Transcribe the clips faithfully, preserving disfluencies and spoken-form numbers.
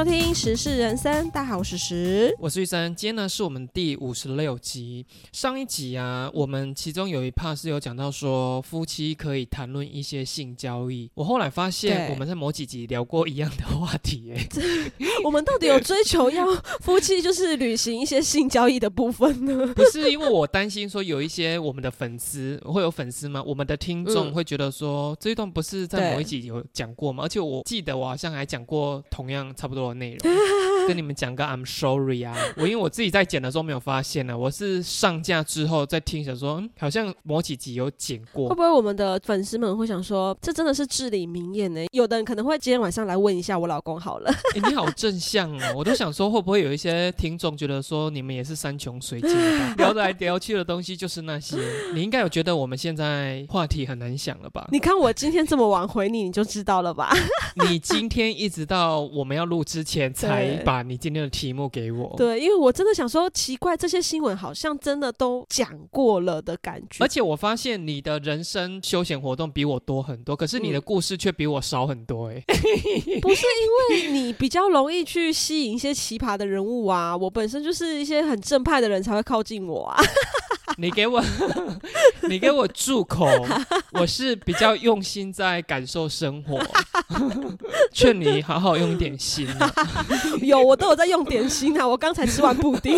收听时事人生，大家好，我是时， 我是玉生。今天呢是我们第五十六集。上一集啊，我们其中有一 part 是有讲到说夫妻可以谈论一些性交易。我后来发现我们在某几集聊过一样的话题、欸、 我们到底有追求要夫妻就是履行一些性交易的部分呢？ 不是，因为我担心说有一些我们的粉丝会有粉丝吗？我们的听众会觉得说、嗯、这一段不是在某一集有讲过吗？而且我记得我好像还讲过同样差不多的内容跟你们讲个 I'm sorry 啊，我因为我自己在剪的时候没有发现呢、啊，我是上架之后再听想说、嗯、好像某几集有剪过。 会不会我们的粉丝们会想说这真的是至理名言呢？有的人可能会今天晚上来问一下我老公好了。 欸、你好正向哦，我都想说会不会有一些听众觉得说你们也是山穷水尽的聊来聊去的东西就是那些，你应该有觉得我们现在话题很难想了吧？ 你看我今天这么晚回你，你就知道了吧？ 你今天一直到我们要录之前才把你今天的题目给我。 对，因为我真的想说奇怪，这些新闻好像真的都讲过了的感觉。 而且我发现你的人生休闲活动比我多很多，可是你的故事却比我少很多、欸嗯、不是因为你比较容易去吸引一些奇葩的人物啊，我本身就是一些很正派的人才会靠近我啊。 你给我你给我住口，我是比较用心在感受生活。劝你好好用点心、啊、 有，我都有在用点心啊，我刚才吃完布丁。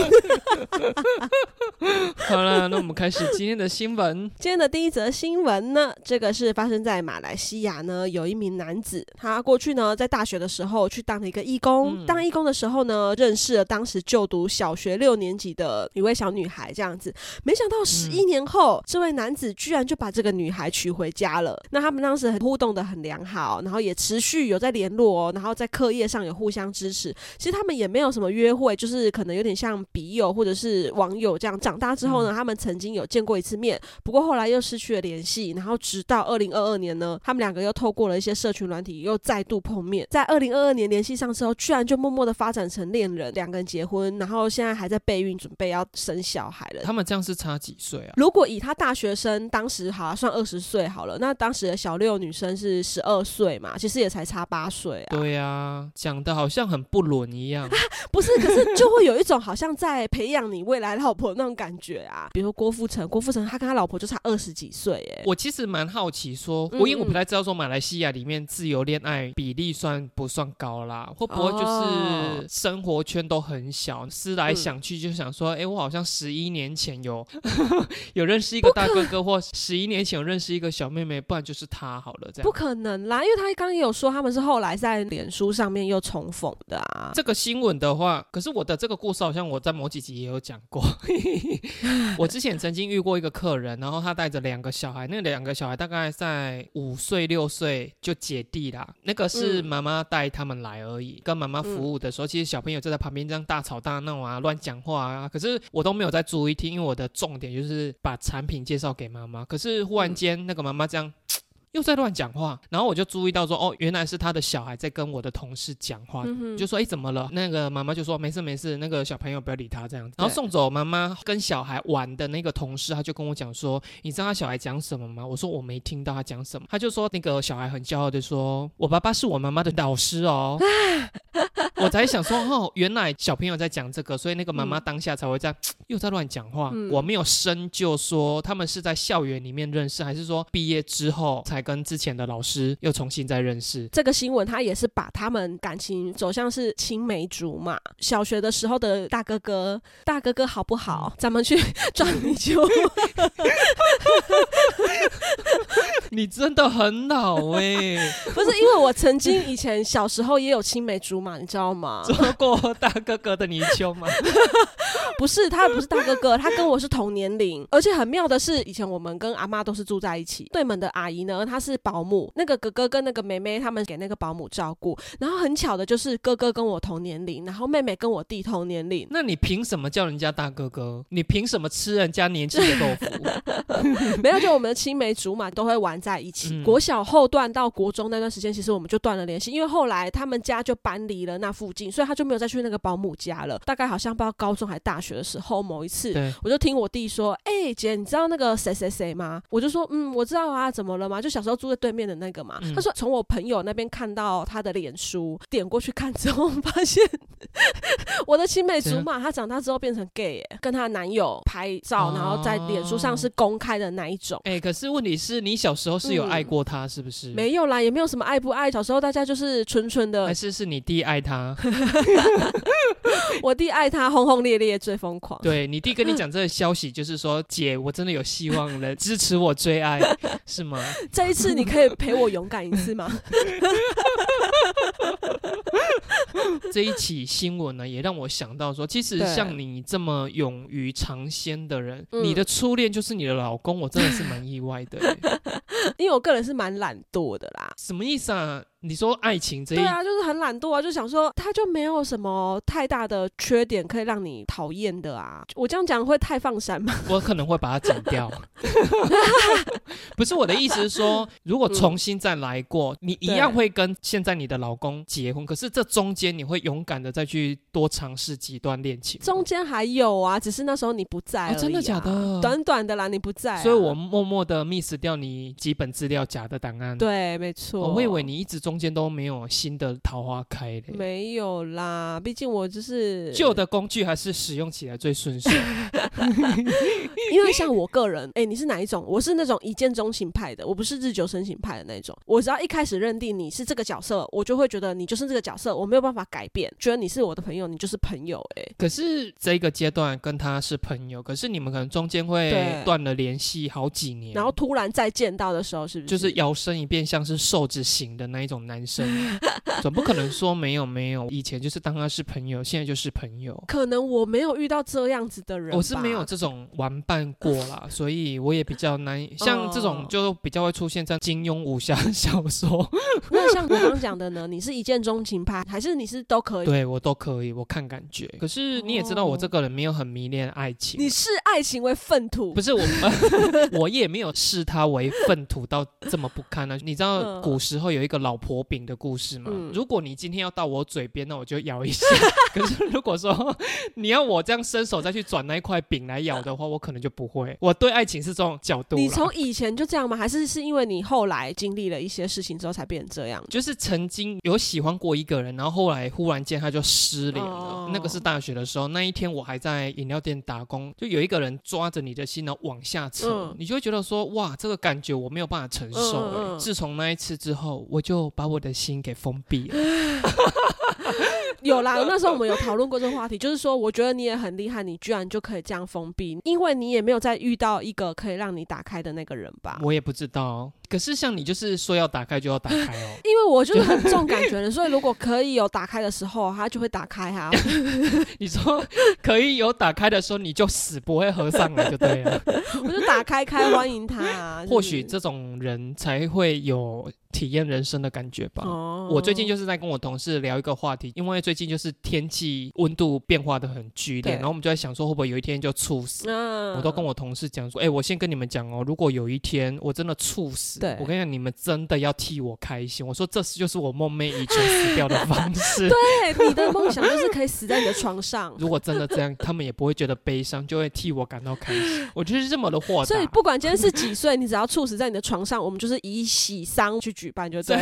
好了，那我们开始今天的新闻。 今天的第一则新闻呢，这个是发生在马来西亚呢，有一名男子，他过去呢在大学的时候去当了一个义工、嗯、当义工的时候呢，认识了当时就读小学六年级的一位小女孩，这样子没想到十一年后、嗯、这位男子居然就把这个女孩娶回家了。那他们当时很互动的很良好，然后也持续有在联络、哦、然后在课业上有互相支持。其实他们也没有什么约会，就是可能有点像笔友或者是网友这样。长大之后呢、嗯、他们曾经有见过一次面，不过后来又失去了联系，然后直到二零二二年呢，他们两个又透过了一些社群软体又再度碰面。在二零二二年联系上之后，居然就默默的发展成恋人，两个人结婚，然后现在还在备孕，准备要生小孩了。 他们这样是差几岁啊？ 如果以他大学生当时好、啊、算二十岁好了，那当时的小六女生是十二岁嘛，其实也才差八岁啊。 对啊，讲的好像很不伦一样、啊、 不是，可是就会有一种好像在培养你未来老婆那种感觉啊。比如说郭富城，郭富城他跟他老婆就差二十几岁耶。我其实蛮好奇说，我因为我不太知道说马来西亚里面自由恋爱比例算不算高啦，会不会就是生活圈都很小，思来想去就想说哎、欸，我好像十一年前有有认识一个大哥哥，或十一年前有认识一个小妹妹，不然就是他好了这样。 不可能啦，因为他刚刚也有说他们是后来在脸书上面又重逢的啊。 这个新闻的话，可是我的这个故事好像我在某几集也有讲过。我之前曾经遇过一个客人，然后他带着两个小孩，那两个小孩大概在五岁六岁就姐弟啦，那个是妈妈带他们来而已、嗯、跟妈妈服务的时候、嗯、其实小朋友就在旁边这样大吵大闹啊，乱讲话啊，可是我都没有在注意听，因为我的重点就是把产品介绍给妈妈。可是忽然间那个妈妈这样又在乱讲话，然后我就注意到说哦，原来是他的小孩在跟我的同事讲话、嗯、就说哎怎么了，那个妈妈就说没事没事，那个小朋友不要理他这样子。然后送走妈妈跟小孩玩的那个同事，他就跟我讲说你知道他小孩讲什么吗？我说我没听到他讲什么。他就说那个小孩很骄傲的说我爸爸是我妈妈的导师哦。我才想说哦，原来小朋友在讲这个，所以那个妈妈当下才会在、嗯、又在乱讲话、嗯、我没有深究说他们是在校园里面认识，还是说毕业之后才跟之前的老师又重新再认识。 这个新闻他也是把他们感情走向是青梅竹马，小学的时候的大哥哥大哥哥好不好、嗯、咱们去撞泥鳅。 你真的很老耶、欸、 不是，因为我曾经以前小时候也有青梅竹马，你知道吗？ 做过大哥哥的泥鳅吗？ 不是，他不是大哥哥，他跟我是同年龄。而且很妙的是，以前我们跟阿嬷都是住在一起，对门的阿姨呢她是保姆，那个哥哥跟那个妹妹他们给那个保姆照顾，然后很巧的就是哥哥跟我同年龄，然后妹妹跟我弟同年龄。 那你凭什么叫人家大哥哥？你凭什么吃人家年轻的豆腐？ 没有，就我们的青梅竹马都会玩在一起、嗯、国小后段到国中那段时间其实我们就断了联系，因为后来他们家就搬离了那附近，所以他就没有再去那个保姆家了。大概好像不知道高中还大学的时候，某一次我就听我弟说哎、欸、姐你知道那个谁谁谁吗？我就说嗯我知道啊，怎么了吗？就小时候住在对面的那个嘛、 嗯、 他说从我朋友那边看到他的脸书，点过去看之后发现我的青梅竹马他长大之后变成 gay 耶，跟她男友拍照、哦、然后在脸书上是公开的那一种。 哎、欸，可是问题是你小时候是有爱过他是不是、嗯、 没有啦，也没有什么爱不爱，小时候大家就是纯纯的。 还是是你弟爱他我弟爱他轰轰烈烈最疯狂。 对，你弟跟你讲这个消息就是说姐我真的有希望了支持我追爱是吗？ 这一次你可以陪我勇敢一次吗？ 这一起新闻呢也让我想到说，其实像你这么勇于尝鲜的人，你的初恋就是你的老公，我真的是蛮意外的因为我个人是蛮懒惰的啦。 什么意思啊？你说爱情这一， 对啊，就是很懒惰啊，就想说他就没有什么太大的缺点可以让你讨厌的啊。我这样讲会太放闪吗？ 我可能会把它剪掉不是，我的意思是说如果重新再来过、嗯、你一样会跟现在你的老公结婚，可是这中间你会勇敢的再去多尝试几段恋情。 中间还有啊，只是那时候你不在而已、啊哦、 真的假的？ 短短的啦，你不在、啊、 所以我默默的 miss 掉你几本资料夹的档案。 对，没错、 哦、我以为你一直中间都没有新的桃花开嘞。 没有啦，毕竟我就是旧的工具还是使用起来最顺手因为像我个人，哎、欸，你是哪一种？我是那种一见钟情派的，我不是日久生情派的那种。我只要一开始认定你是这个角色，我就会觉得你就是这个角色，我没有办法改变，觉得你是我的朋友，你就是朋友、欸。哎， 可是这个阶段跟他是朋友，可是你们可能中间会断了联系好几年， 然后突然再见到的时候，是不是就是摇身一变像是瘦子型的那一种男生总不可能说没有没有，以前就是当他是朋友，现在就是朋友。 可能我没有遇到这样子的人吧， 我是没有这种玩伴过啦所以我也比较难，像这种就比较会出现在金庸武侠小说那像我刚刚讲的呢，你是一见钟情派还是你是都可以？ 对，我都可以，我看感觉。可是你也知道我这个人没有很迷恋爱情、哦、 你视爱情为粪土。 不是我、呃、我也没有视它为粪土到这么不堪啊。你知道古时候有一个老婆饼的故事吗、嗯、如果你今天要到我嘴边，那我就咬一下可是如果说你要我这样伸手再去转那一块饼来咬的话，我可能就不会。我对爱情是这种角度啦。 你从以前就这样吗？还是是因为你后来经历了一些事情之后才变成这样？ 就是曾经有喜欢过一个人，然后后来忽然间他就失联了、哦、那个是大学的时候，那一天我还在饮料店打工，就有一个人抓着你的心然后往下扯、嗯、你就会觉得说哇，这个感觉我没有办法承受、欸嗯嗯、自从那一次之后，我就把我的心给封闭了有啦，那时候我们有讨论过这个话题，就是说我觉得你也很厉害，你居然就可以这样封闭，因为你也没有再遇到一个可以让你打开的那个人吧。 我也不知道，可是像你就是说要打开就要打开哦因为我就是很重感觉的所以如果可以有打开的时候它就会打开啊你说可以有打开的时候你就死不会合上来就对了我就打开开欢迎他、啊、 或许这种人才会有体验人生的感觉吧、哦、我最近就是在跟我同事聊一个话题，因为最近就是天气温度变化的很剧烈，然后我们就在想说会不会有一天就猝死、嗯、我都跟我同事讲说，哎、欸，我先跟你们讲哦，如果有一天我真的猝死，我跟你讲，你们真的要替我开心。我说这就是我梦寐以求死掉的方式对，你的梦想就是可以死在你的床上如果真的这样，他们也不会觉得悲伤，就会替我感到开心。我就是这么的豁达。 所以不管今天是几岁，你只要猝死在你的床上，我们就是以喜丧去举办就对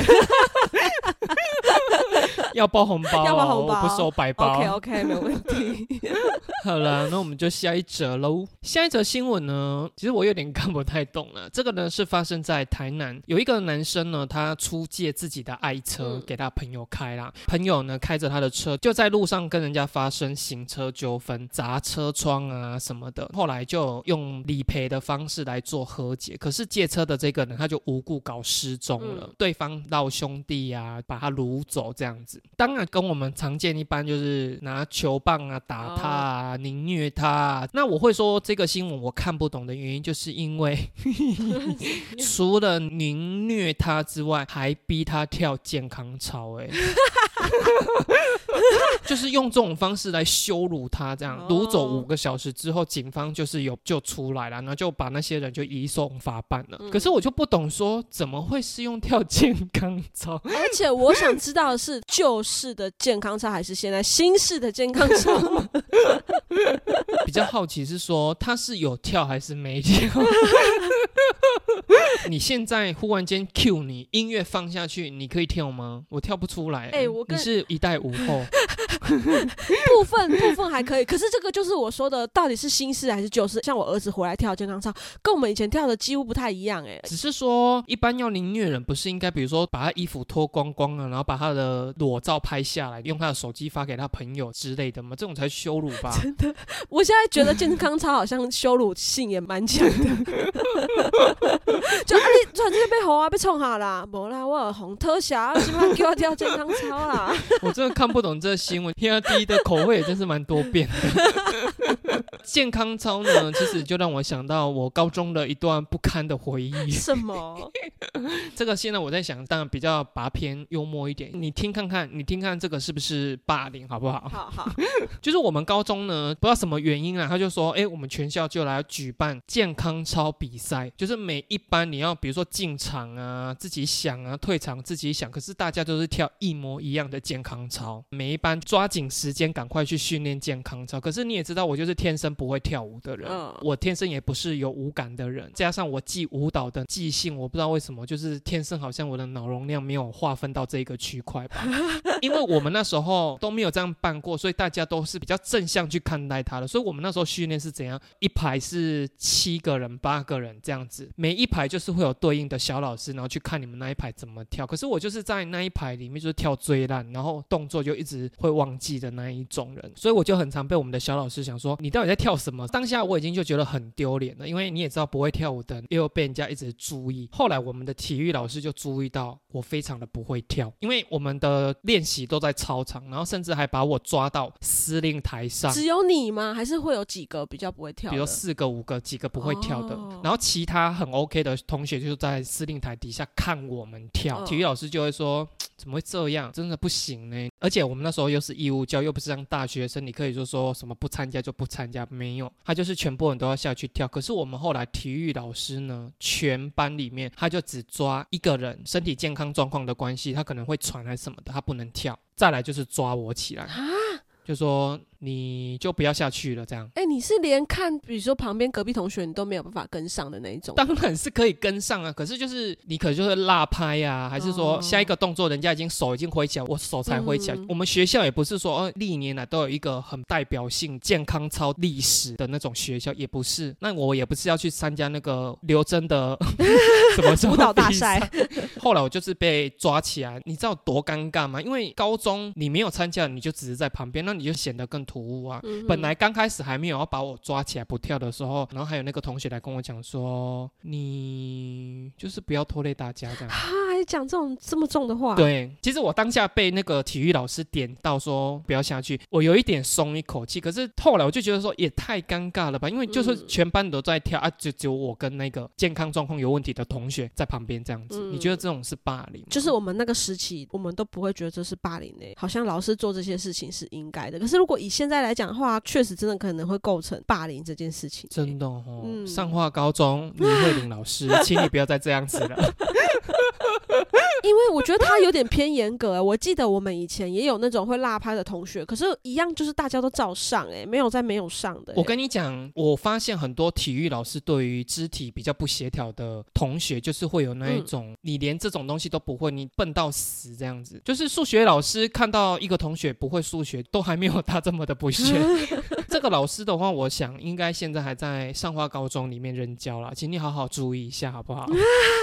要包红包、哦、 要包红包， 我不收白包。 OK OK 没问题好了，那我们就下一则喽。下一则新闻呢，其实我有点看不太懂了。这个呢是发生在台南，有一个男生呢，他出借自己的爱车给他朋友开啦、嗯、朋友呢开着他的车就在路上跟人家发生行车纠纷，砸车窗啊什么的，后来就用理赔的方式来做和解。可是借车的这个人他就无故搞失踪了、嗯、对方闹兄弟啊，把他掳走这样子。当然跟我们常见一般就是拿球棒啊打他啊、凌虐他啊。那我会说这个新闻我看不懂的原因，就是因为除了凌虐他之外，还逼他跳健康操、欸就是用这种方式来羞辱他，这样掳走五个小时之后，警方就是有就出来了，然后就把那些人就移送法办了、嗯、可是我就不懂说怎么会是用跳健康操， 而且我想知道的是旧式的健康操还是现在新式的健康操比较好奇是说他是有跳还是没跳你现在忽然间 cue 你音乐放下去，你可以跳吗？我跳不出来、欸。哎、欸，我跟你是一代舞后， 部分部分还可以，可是这个就是我说的，到底是新式还是旧式？像我儿子回来跳健康操，跟我们以前跳的几乎不太一样、欸。哎， 只是说一般要凌虐人，不是应该比如说把他衣服脱光光了，然后把他的裸照拍下来，用他的手机发给他朋友之类的吗？这种才羞辱吧？ 真的，我现在觉得健康操好像羞辱性也蛮强的。就啊，你突然之间被红啊，被冲下啦，没啦，我有红特效，基本上叫我跳健康操啦。 我真的看不懂这新闻 ，P R D 的口味也真是蛮多变的。健康操呢，其实就让我想到我高中的一段不堪的回忆。 什么？ 这个现在我在想，当然比较把它偏幽默一点。你听看看，你听看这个是不是霸凌，好不好？ 好好。 就是我们高中呢，不知道什么原因啊，他就说，哎，我们全校就来举办健康操比赛，就是每一班你要比如说进场啊，自己想啊，退场自己想，可是大家都是跳一模一样的健康操，每一班抓紧时间赶快去训练健康操。可是你也知道，我就是天生不会跳舞的人，嗯、我天生也不是有舞感的人，加上我记舞蹈的记性，我不知道为什么，就是天生好像我的脑容量没有划分到这个区块吧。因为我们那时候都没有这样办过，所以大家都是比较正向去看待它的。所以我们那时候训练是怎样，一排是七个人八个人这样子，每一排就是会有对应的小老师，然后去看你们那一排怎么跳。可是我就是在那一排里面就是跳最烂，然后动作就一直会忘记的那一种人，所以我就很常被我们的小老师想说，你到底在跳什么？当下我已经就觉得很丢脸了，因为你也知道不会跳舞的人又被人家一直注意。后来我们的体育老师就注意到我非常的不会跳，因为我们的练习都在操场，然后甚至还把我抓到司令台上。 只有你吗？还是会有几个比较不会跳的？ 比如四个五个几个不会跳的、哦、然后其他很 OK 的同学就在司令台底下看我们跳、哦、体育老师就会说怎么会这样，真的不行呢。而且我们那时候又是义务教，又不是像大学生你可以就说什么不参加就不参加，没有，他就是全部人都要下去跳。可是我们后来体育老师呢，全班里面他就只抓一个人身体健康状况的关系，他可能会喘还是什么的，他不能跳，再来就是抓我起来，就说你就不要下去了这样。 哎、欸，你是连看比如说旁边隔壁同学你都没有办法跟上的那一种？ 当然是可以跟上啊，可是就是你可能就是落拍啊，还是说下一个动作人家已经手已经挥起来，我手才挥起来、嗯、我们学校也不是说、哦、历年来都有一个很代表性健康操历史的那种学校，也不是。那我也不是要去参加那个刘真的什么舞蹈大赛后来我就是被抓起来，你知道多尴尬吗？因为高中你没有参加，你就只是在旁边，那你就显得更突兀啊、嗯、本来刚开始还没有要把我抓起来不跳的时候，然后还有那个同学来跟我讲说，你就是不要拖累大家这样。 他还讲这种这么重的话？ 对，其实我当下被那个体育老师点到说不要下去，我有一点松一口气，可是后来我就觉得说也太尴尬了吧，因为就是全班都在跳、嗯、啊，就只有我跟那个健康状况有问题的同学在旁边这样子、嗯、你觉得这种是霸凌吗？ 就是我们那个时期我们都不会觉得这是霸凌的、欸、好像老师做这些事情是应该的，可是如果以现在来讲的话，确实真的可能会构成霸凌这件事情、欸、 真的哦、嗯、上化高中李慧玲老师请你不要再这样子了因为我觉得他有点偏严格、欸、我记得我们以前也有那种会落拍的同学，可是一样就是大家都照上、欸、没有在没有上的、欸、 我跟你讲，我发现很多体育老师对于肢体比较不协调的同学，就是会有那一种、嗯、你连这种东西都不会，你笨到死这样子。就是数学老师看到一个同学不会数学，都还没有他这么的不屑这个老师的话，我想应该现在还在上化高中里面任教啦，请你好好注意一下好不好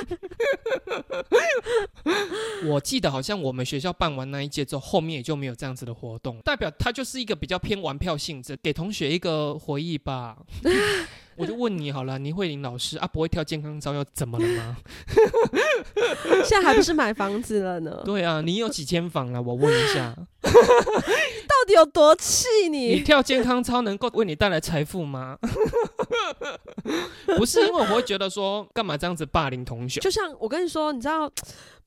我记得好像我们学校办完那一届之后，后面也就没有这样子的活动，代表他就是一个比较偏玩票性质，给同学一个回忆吧我就问你好了，倪慧玲老师啊，不会跳健康操又怎么了吗现在还不是买房子了呢对啊，你有几间房了我问一下到底有多气你？ 你跳健康操能够为你带来财富吗不是，因为我会觉得说干嘛这样子霸凌同学。 就像我跟你说，你知道不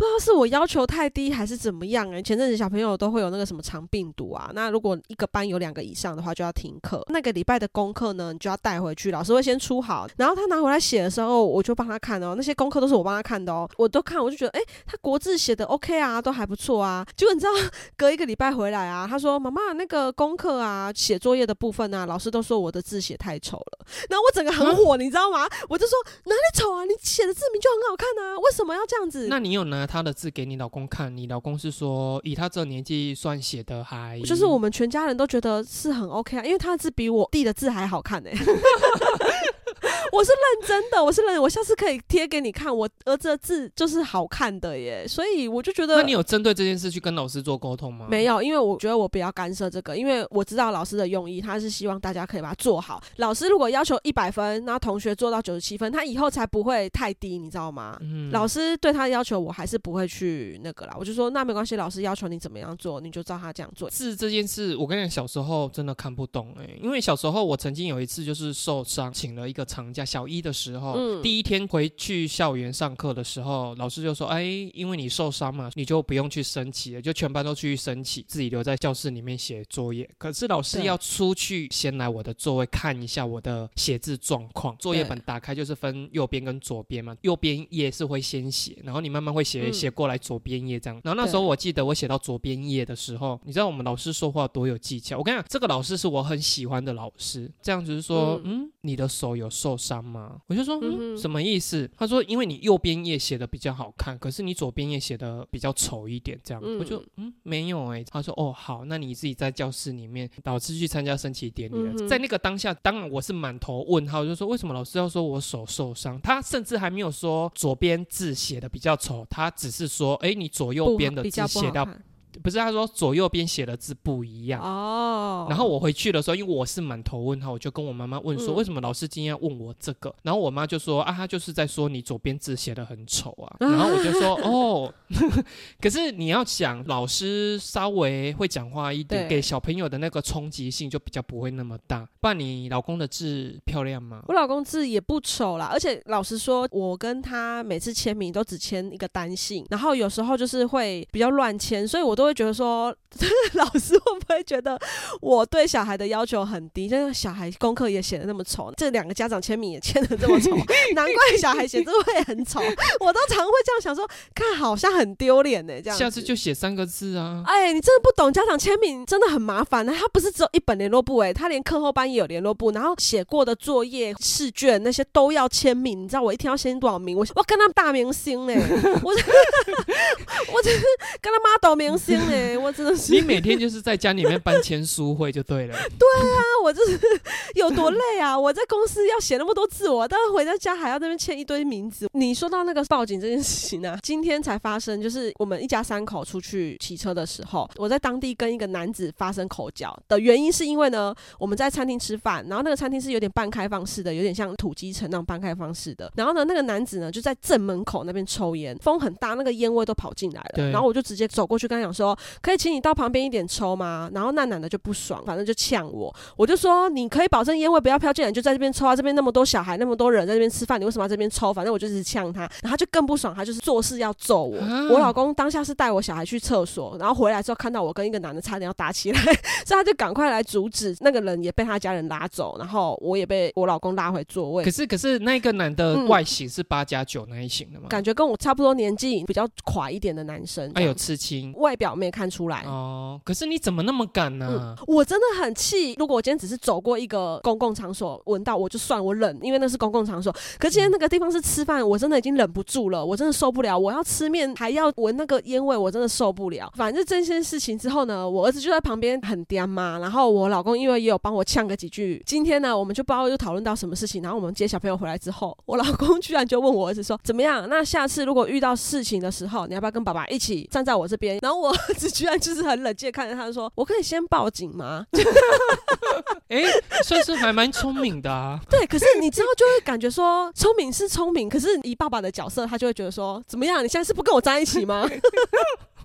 不知道是我要求太低还是怎么样哎、欸。前阵子小朋友都会有那个什么肠病毒啊，那如果一个班有两个以上的话就要停课。那个礼拜的功课呢，你就要带回去，老师会先出好，然后他拿回来写的时候，我就帮他看哦。那些功课都是我帮他看的哦，我都看，我就觉得哎、欸，他国字写的 OK 啊，都还不错啊。结果你知道，隔一个礼拜回来啊，他说妈妈那个功课啊，写作业的部分啊，老师都说我的字写太丑了。然后我整个很火，你知道吗？我就说哪里丑啊？你写的字明就很好看啊，为什么要这样子？ 那你有拿他的字给你老公看？你老公是说以他这年纪算写的还…… 就是我们全家人都觉得是很 OK 啊，因为他的字比我弟的字还好看呢、欸。我是认真的，我是认真的，我下次可以贴给你看，我儿子的字就是好看的耶，所以我就觉得。 那你有针对这件事去跟老师做沟通吗？ 没有，因为我觉得我不要干涉这个，因为我知道老师的用意，他是希望大家可以把它做好。老师如果要求一百分，然后同学做到九十七分，他以后才不会太低，你知道吗？嗯、老师对他的要求，我还是不会去那个啦。我就说那没关系，老师要求你怎么样做，你就照他这样做。 字这件事，我跟你讲，小时候真的看不懂哎、欸，因为小时候我曾经有一次就是受伤，请了一个长假，小一的时候。嗯、第一天回去校园上课的时候，老师就说：“哎，因为你受伤嘛，你就不用去升旗了，就全班都去升旗，自己留在教室里面写作业。可是老师要出去先来我的座位看一下我的写字状况。作业本打开就是分右边跟左边嘛，右边页是会先写，然后你慢慢会写写、嗯、过来左边页这样。然后那时候我记得我写到左边页的时候，你知道我们老师说话多有技巧。我跟你讲，这个老师是我很喜欢的老师。这样子是说，嗯，嗯你的手有受伤吗？我就说。嗯，什么意思？他说因为你右边页写的比较好看，可是你左边页写的比较丑一点这样、嗯、我就嗯没有哎、欸。他说哦好，那你自己在教室里面，老师去参加升旗典礼了、嗯、在那个当下当然我是满头问号，我就说为什么老师要说我手受伤？他甚至还没有说左边字写的比较丑，他只是说哎你左右边的字写到不是，他说左右边写的字不一样哦。然后我回去的时候，因为我是满头问号，我就跟我妈妈问说、嗯，为什么老师今天要问我这个？然后我妈就说啊，他就是在说你左边字写的很丑啊。然后我就说哦，可是你要想，老师稍微会讲话一点，给小朋友的那个冲击性就比较不会那么大。不然你老公的字漂亮吗？ 我老公字也不丑啦，而且老实说，我跟他每次签名都只签一个单姓，然后有时候就是会比较乱签，所以我都。都会觉得说老师会不会觉得我对小孩的要求很低，就是小孩功课也写得那么丑，这两个家长签名也签得这么丑，难怪小孩写字会很丑。我都常会这样想说，看好像很丢脸呢，这样子下次就写三个字啊。 哎，你真的不懂，家长签名真的很麻烦的，他不是只有一本联络簿，哎，他连课后班也有联络簿，然后写过的作业试卷那些都要签名，你知道我一天要签多少名？我我跟他大明星呢，我我真是跟他妈斗明星欸，我真的是。 你每天就是在家里面办签书会就对了。 对啊，我就是有多累啊！我在公司要写那么多字，我但是回到家还要在那边签一堆名字。你说到那个报警这件事情啊，今天才发生，就是我们一家三口出去骑车的时候，我在当地跟一个男子发生口角的原因是因为呢，我们在餐厅吃饭，然后那个餐厅是有点半开放式的，有点像土鸡城那种半开放式的。然后呢，那个男子呢就在正门口那边抽烟，风很大，那个烟味都跑进来了。然后我就直接走过去跟他讲说，可以请你到旁边一点抽吗？然后那男的就不爽，反正就呛我，我就说你可以保证烟味不要飘进来，你就在这边抽啊，这边那么多小孩那么多人在这边吃饭，你为什么要在这边抽？反正我就是呛他，然后他就更不爽，他就是做事要揍我、啊、我老公当下是带我小孩去厕所，然后回来之后看到我跟一个男的差点要打起来，所以他就赶快来阻止，那个人也被他家人拉走，然后我也被我老公拉回座位。 可是可是那个男的外形是八加九那一型的吗、 嗯？感觉跟我差不多年纪，比较垮一点的男生。 哎、啊、有刺青， 外表没看出来哦。可是你怎么那么敢呢、啊嗯？我真的很气。如果我今天只是走过一个公共场所，闻到我就算我忍，因为那是公共场所。可是今天那个地方是吃饭，我真的已经忍不住了，我真的受不了。我要吃面还要闻那个烟味，我真的受不了。反正这件事情之后呢，我儿子就在旁边很嗲嘛，然后我老公因为也有帮我呛个几句。今天呢，我们就不知道又讨论到什么事情，然后我们接小朋友回来之后，我老公居然就问我儿子说，怎么样？那下次如果遇到事情的时候，你要不要跟爸爸一起站在我这边？然后我儿子居然就是很冷静看着他说，我可以先报警吗？ 哎、欸，算是还蛮聪明的啊。 对，可是你之后就会感觉说，聪明是聪明，可是以爸爸的角色，他就会觉得说，怎么样？你现在是不跟我在一起吗？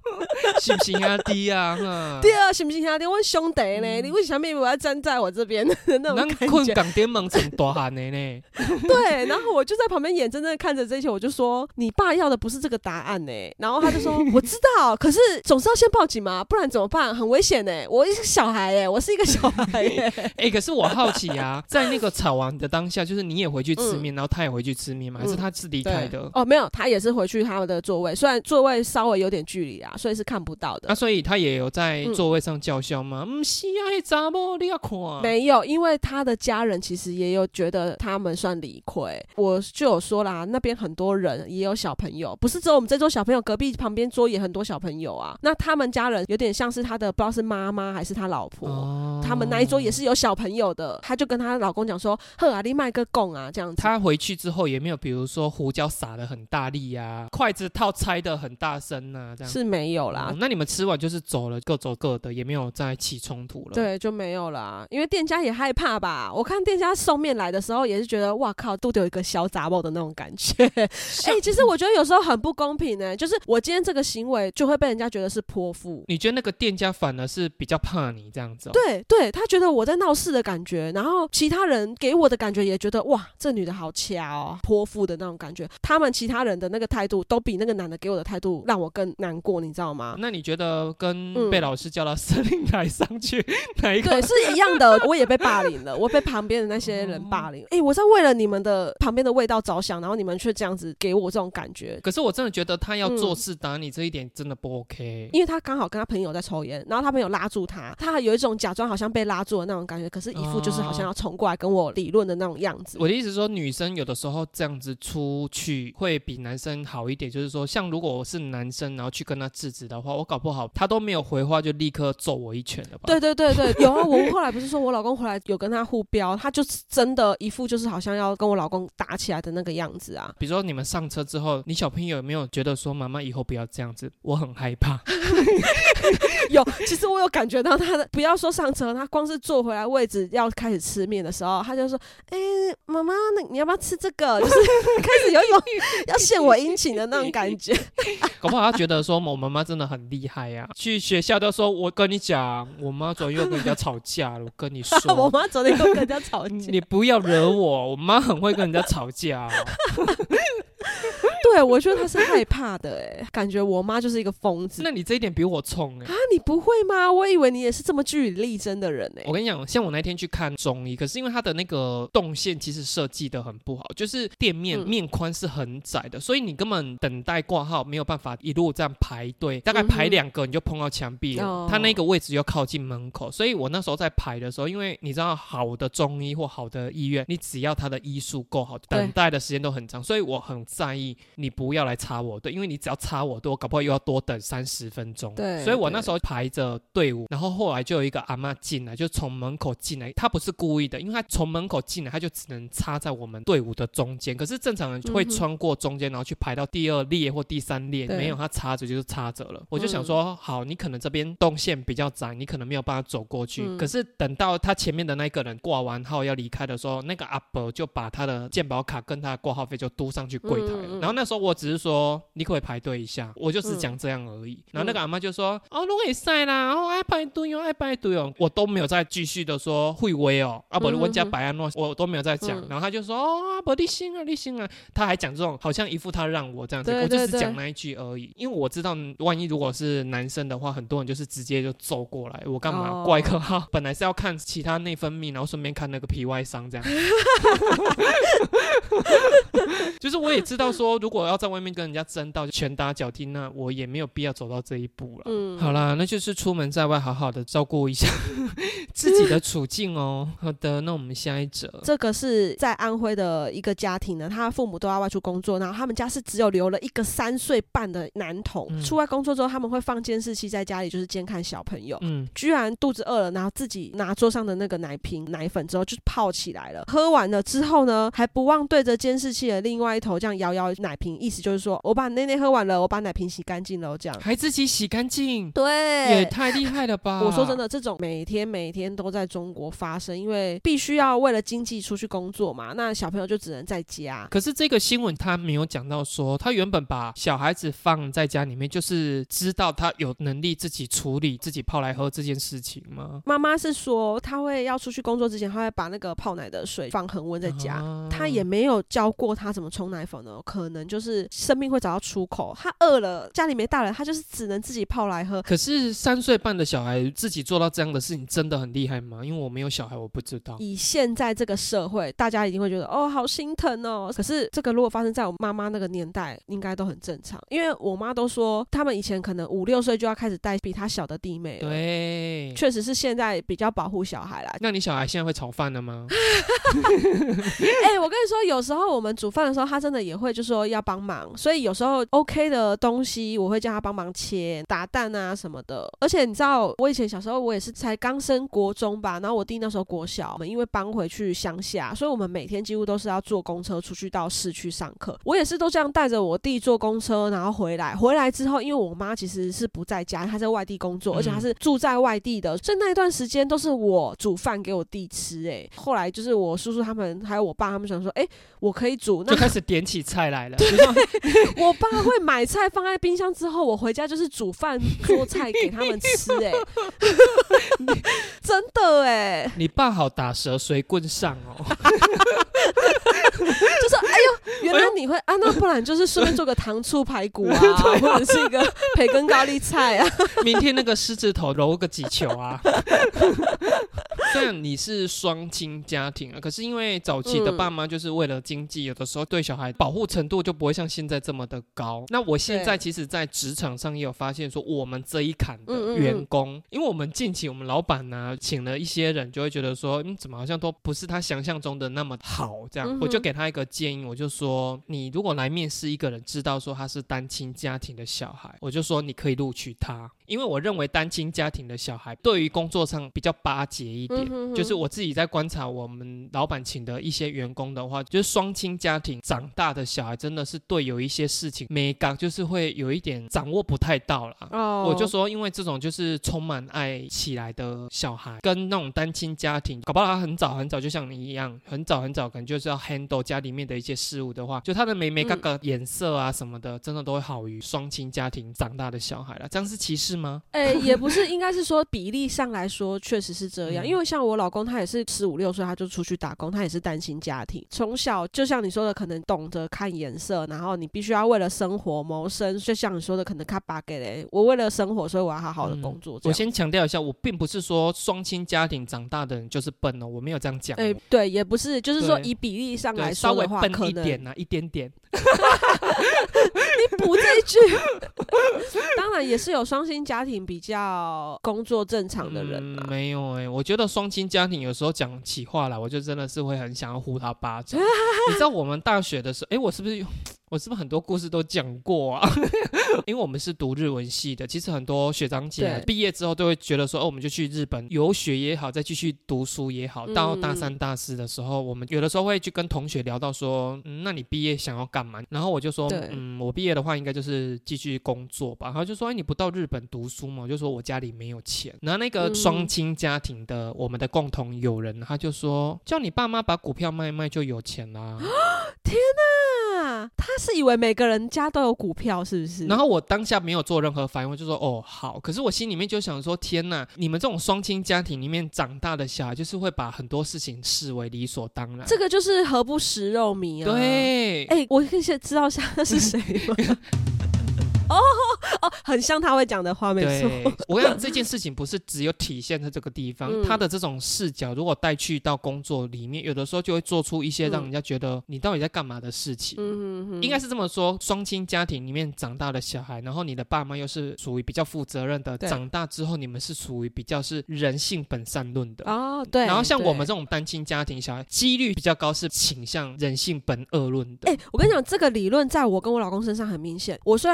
是不是兄弟啊？哈， 对啊，是不是兄弟？我兄弟呢？嗯、你为什么我要站在我这边的那种感觉？ 咱困港点门成大汉的呢？ 对，然后我就在旁边眼睁睁看着这些，我就说你爸要的不是这个答案呢。然后他就说我知道，可是总是要先报警嘛，不然怎么办？很危险呢。我是小孩哎，我是一个小孩哎。 哎、欸，可是我好奇啊，在那个吵完的当下，就是你也回去吃面、嗯，然后他也回去吃面吗？还是他是离开的？ 哦，没有，他也是回去他们的座位，虽然座位稍微有点距离啊，所以是看不到的。 那、啊、所以他也有在座位上叫嚣吗？不、嗯、是啊，那查某你要看。 没有，因为他的家人其实也有觉得他们算理亏。我就有说啦，那边很多人也有小朋友，不是只有我们这桌小朋友，隔壁旁边桌也很多小朋友啊。那他们家人有点像是他的，不知道是妈妈还是他老婆、哦，他们那一桌也是有小朋友的。他就跟他老公讲说：“呵啊，你卖个供啊，这样子。” 他回去之后也没有，比如说胡椒撒得很大力啊，筷子套拆得很大声啊，这样是没有啦、 哦。那你们吃完就是走了，各走各的，也没有再起冲突了。 对，就没有啦，因为店家也害怕吧。我看店家送面来的时候，也是觉得哇靠，肚子有一个小杂包的那种感觉。哎、欸，其实我觉得有时候很不公平呢、欸，就是我今天这个行为就会被人家觉得是泼妇。 你觉得那个店家反而是比较怕你这样子、哦？ 对对，他觉得我在闹事的感觉，然后其他人给我的感觉也觉得哇，这女的好掐哦，泼妇的那种感觉。他们其他人的那个态度都比那个男的给我的态度让我更难过，你知道吗？ 那你觉得跟被老师叫到司令台上去、嗯、哪一个？ 对，是一样的。我也被霸凌了，我被旁边的那些人霸凌。哎、欸，我在为了你们的旁边的味道着想，然后你们却这样子给我这种感觉。 可是我真的觉得他要做事打你这一点真的不 OK，、 嗯、因为他刚好跟他朋友在抽烟，然后他朋友拉住他，他还有一种假装好像被拉住的那种感觉，可是一副就是好像要冲过来跟我理论的那种样子。 我的意思是说，女生有的时候这样子出去会比男生好一点，就是说，像如果我是男生，然后去跟他制止的话，我搞不好他都没有回话，就立刻揍我一拳了吧？ 对对对对，有啊，我后来不是说我老公回来有跟他互飙，他就是真的一副就是好像要跟我老公打起来的那个样子啊。 比如说你们上车之后，你小朋友有没有觉得说妈妈以后不要这样子？我很害怕。 有，其实我有感觉到他的，不要说上车，他光是坐回来位置要开始吃面的时候，他就说：“哎、欸，妈妈，你要不要吃这个？”就是开始有一种要献我殷勤的那种感觉。 搞不好他觉得说我妈妈真的很厉害呀、啊，去学校都说：“我跟你讲，我妈昨天又跟人家吵架了。”我跟你说， 我妈昨天又跟人家吵架， 你不要惹我，我妈很会跟人家吵架、哦。 对，我觉得他是害怕的，哎，感觉我妈就是一个疯子。 那你这一点比我冲哎、欸！ 啊，你不会吗？我以为你也是这么据理力争的人哎。 我跟你讲，像我那天去看中医，可是因为它的那个动线其实设计的很不好，就是店面、嗯、面宽是很窄的，所以你根本等待挂号没有办法一路这样排队，大概排两个你就碰到墙壁了。嗯、它那个位置又靠近门口，所以我那时候在排的时候，因为你知道好的中医或好的医院，你只要它的医术够好，等待的时间都很长，所以我很在意你不要来插我队，因为你只要插我队，我搞不好又要多等三十分钟。 对， 所以我那时候排着队伍，然后后来就有一个阿嬷进来，就从门口进来，她不是故意的，因为她从门口进来，她就只能插在我们队伍的中间。可是正常人会穿过中间，然后去排到第二列或第三列，没有，她插着就是插着了。我就想说，好，你可能这边动线比较窄，你可能没有办法走过去。嗯、可是等到他前面的那个人挂完号要离开的时候，那个阿伯就把他的健保卡跟他的挂号费就嘟上去柜台了。嗯、然后那时候我只是说，你可不可以排队一下？我就只讲这样而已。嗯、然后那个阿嬷就说，哦，都可以塞啦，哦，爱排队哦，爱排队哦。我都没有再继续的说会威哦，啊不，我家白安诺，我都没有再讲。嗯、然后他就说，哦，阿伯你行啊，你行啊。他还讲这种好像一副他让我这样子， 对对对， 我就只讲那一句而已。因为我知道，万一如果是男生的话，很多人就是直接就走过来，我干嘛挂一个号？本来是要看其他内分泌，然后顺便看那个皮外伤这样。就是我也知道说，如果要在外面跟人家争到拳打脚踢，那我也没有必要走到这一步了。嗯，好啦，那就是出门在外好好的照顾一下自己的处境哦。好的，那我们下一则， 这个是在安徽的一个家庭呢，他父母都要外出工作，然后他们家是只有留了一个三岁半的男童。嗯、出外工作之后，他们会放监视器在家里，就是监看小朋友。嗯，居然肚子饿了，然后自己拿桌上的那个奶瓶奶粉之后就泡起来了。喝完了之后呢，还不忘对着监视器的另外一头这样摇摇奶瓶瓶，意思就是说我把奶奶喝完了，我把奶瓶洗干净了，这样还自己洗干净， 对， 也太厉害了吧。 我说真的，这种每天每天都在中国发生，因为必须要为了经济出去工作嘛，那小朋友就只能在家。 可是这个新闻他没有讲到说，他原本把小孩子放在家里面，就是知道他有能力自己处理自己泡来喝这件事情吗？ 妈妈是说他会要出去工作之前，他会把那个泡奶的水放恒温在家，啊、他也没有教过他怎么冲奶粉呢，可能就是生命会找到出口，他饿了家里没大人，他就是只能自己泡来喝。 可是三岁半的小孩自己做到这样的事情真的很厉害吗？因为我没有小孩，我不知道。 以现在这个社会，大家一定会觉得哦好心疼哦，可是这个如果发生在我妈妈那个年代应该都很正常，因为我妈都说他们以前可能五六岁就要开始带比他小的弟妹了。 对， 确实是现在比较保护小孩啦。 那你小孩现在会炒饭了吗？ 哎、欸，我跟你说，有时候我们煮饭的时候，他真的也会就说要帮忙，所以有时候 OK 的东西，我会叫他帮忙切、打蛋啊什么的。而且你知道，我以前小时候我也是才刚升国中吧，然后我弟那时候国小，我们因为搬回去乡下，所以我们每天几乎都是要坐公车出去到市区上课。我也是都这样带着我弟坐公车，然后回来。回来之后，因为我妈其实是不在家，她在外地工作，而且她是住在外地的，所以那一段时间都是我煮饭给我弟吃。哎、欸，后来就是我叔叔他们还有我爸他们想说，哎、欸，我可以煮，那就开始点起菜来了。 我爸会买菜放在冰箱之后，我回家就是煮饭做菜给他们吃、欸。哎，真的哎、欸， 你爸好打蛇随棍上哦。 就说哎呦，原来你会、哎、啊，那不然就是顺便做个糖醋排骨啊，啊或者是一个培根高丽菜啊。 明天那个狮子头揉个几球啊。虽然你是双亲家庭啊，可是因为早期的爸妈就是为了经济、嗯，有的时候对小孩保护程度就不会像现在这么的高。那我现在其实在职场上也有发现说，我们这一坎的员工，嗯嗯嗯，因为我们近期我们老板呢、啊、请了一些人，就会觉得说，嗯，怎么好像都不是他想象中的那么好，这样、嗯、我就给他一个建议，我就说，你如果来面试一个人，知道说他是单亲家庭的小孩，我就说你可以录取他，因为我认为单亲家庭的小孩对于工作上比较巴结一点。嗯、就是我自己在观察我们老板请的一些员工的话，就是双亲家庭长大的小孩真的是对有一些事情美感就是会有一点掌握不太到啦、哦、我就说因为这种就是充满爱起来的小孩跟那种单亲家庭搞不好他很早很早就像你一样很早很早可能就是要 handle 家里面的一些事物的话，就他的美美嘎嘎颜色啊什么的、嗯、真的都会好于双亲家庭长大的小孩啦。这样是歧视吗？ 哎、欸，也不是，应该是说比例上来说确实是这样、嗯、因为像我老公他也是十五六岁他就出去打工，他也是单亲家庭，从小就像你说的可能懂得看颜色，然后你必须要为了生活谋生，就像你说的可能看巴给嘞，我为了生活所以我要好好的工作、嗯、 我先强调一下，我并不是说双亲家庭长大的人就是笨哦，我没有这样讲、哦欸、对，也不是，就是说以比例上来说的话， 稍微笨一点啊，一点点你补这一句当然也是有双亲家庭比较工作正常的人、啊嗯、没有哎、欸，我觉得双亲家庭有时候讲起话来我就真的是会很想要呼他巴掌你知道我们大学的时候，哎，我是不是我是不是很多故事都讲过啊因为我们是读日文系的，其实很多学长姐毕业之后都会觉得说、哦、我们就去日本游学也好，再继续读书也好，到大三大四的时候、嗯、我们有的时候会去跟同学聊到说、嗯、那你毕业想要干嘛，然后我就说嗯，我毕业的话应该就是继续工作吧，然后就说哎，你不到日本读书吗？我就说我家里没有钱，然后那个双亲家庭的、嗯、我们的共同友人他就说叫你爸妈把股票卖卖就有钱啦天哪，他是以为每个人家都有股票是不是？ 然后我当下没有做任何反应，我就说哦好，可是我心里面就想说天哪，你们这种双亲家庭里面长大的小孩就是会把很多事情视为理所当然， 这个就是何不食肉糜啊。 对， 哎，我可以知道一下那是谁吗哦哦，很像他会讲的话，没错。 我想这件事情不是只有体现在这个地方、嗯、他的这种视角如果带去到工作里面，有的时候就会做出一些让人家觉得你到底在干嘛的事情、嗯、应该是这么说，双亲家庭里面长大的小孩，然后你的爸妈又是属于比较负责任的，长大之后你们是属于比较是人性本善论的哦，对。 然后像我们这种单亲家庭小孩几率比较高是倾向人性本恶论的。 哎、欸，我跟你讲这个理论在我跟我老公身上很明显，我虽然是单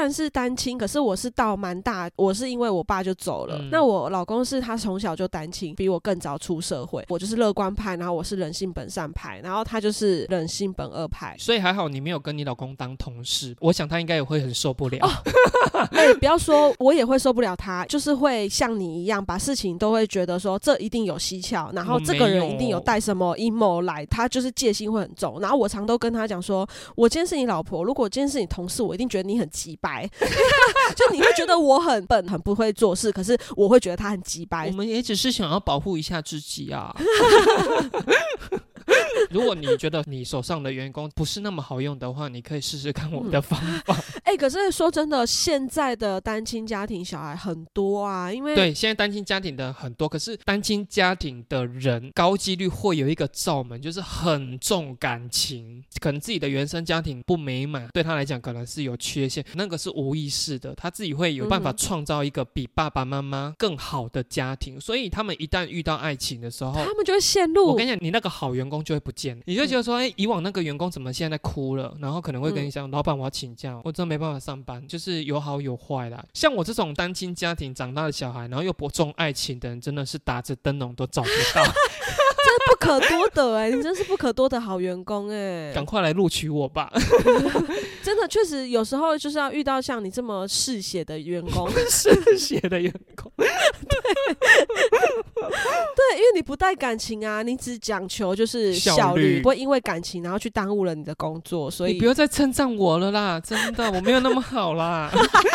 单亲，可是我是到蛮大，我是因为我爸就走了、嗯、那我老公是他从小就单亲，比我更早出社会，我就是乐观派，然后我是人性本善派，然后他就是人性本恶派， 所以还好你没有跟你老公当同事，我想他应该也会很受不了、哦欸、不要说我也会受不了他，就是会像你一样把事情都会觉得说这一定有蹊跷，然后这个人一定有带什么阴谋来，他就是戒心会很重，然后我常都跟他讲说，我今天是你老婆，如果今天是你同事，我一定觉得你很鸡掰就你会觉得我很笨很不会做事，可是我会觉得他很鸡掰， 我们也只是想要保护一下自己啊如果你觉得你手上的员工不是那么好用的话，你可以试试看我们的方法。 哎、欸，可是说真的，现在的单亲家庭小孩很多啊，因为对，现在单亲家庭的很多，可是单亲家庭的人高几率会有一个罩门，就是很重感情，可能自己的原生家庭不美满，对他来讲可能是有缺陷，那个是无意识的，他自己会有办法创造一个比爸爸妈妈更好的家庭、嗯、所以他们一旦遇到爱情的时候， 他们就会陷入， 我跟你讲，你那个好员工就会不见，你就觉得说，哎、嗯欸，以往那个员工怎么现在在哭了，然后可能会跟你讲、嗯、老板我要请假，我真的没办法上班，就是有好有坏啦。像我这种单亲家庭长大的小孩，然后又不重爱情的人，真的是打着灯笼都找不到真不可多得哎、欸，你真是不可多得好员工哎、欸， 赶快来录取我吧真的确实有时候就是要遇到像你这么嗜血的员工嗜血的员工对对，因为你不带感情啊，你只讲求就是效率，不会因为感情然后去耽误了你的工作，所以你不要再称赞我了啦，真的我没有那么好啦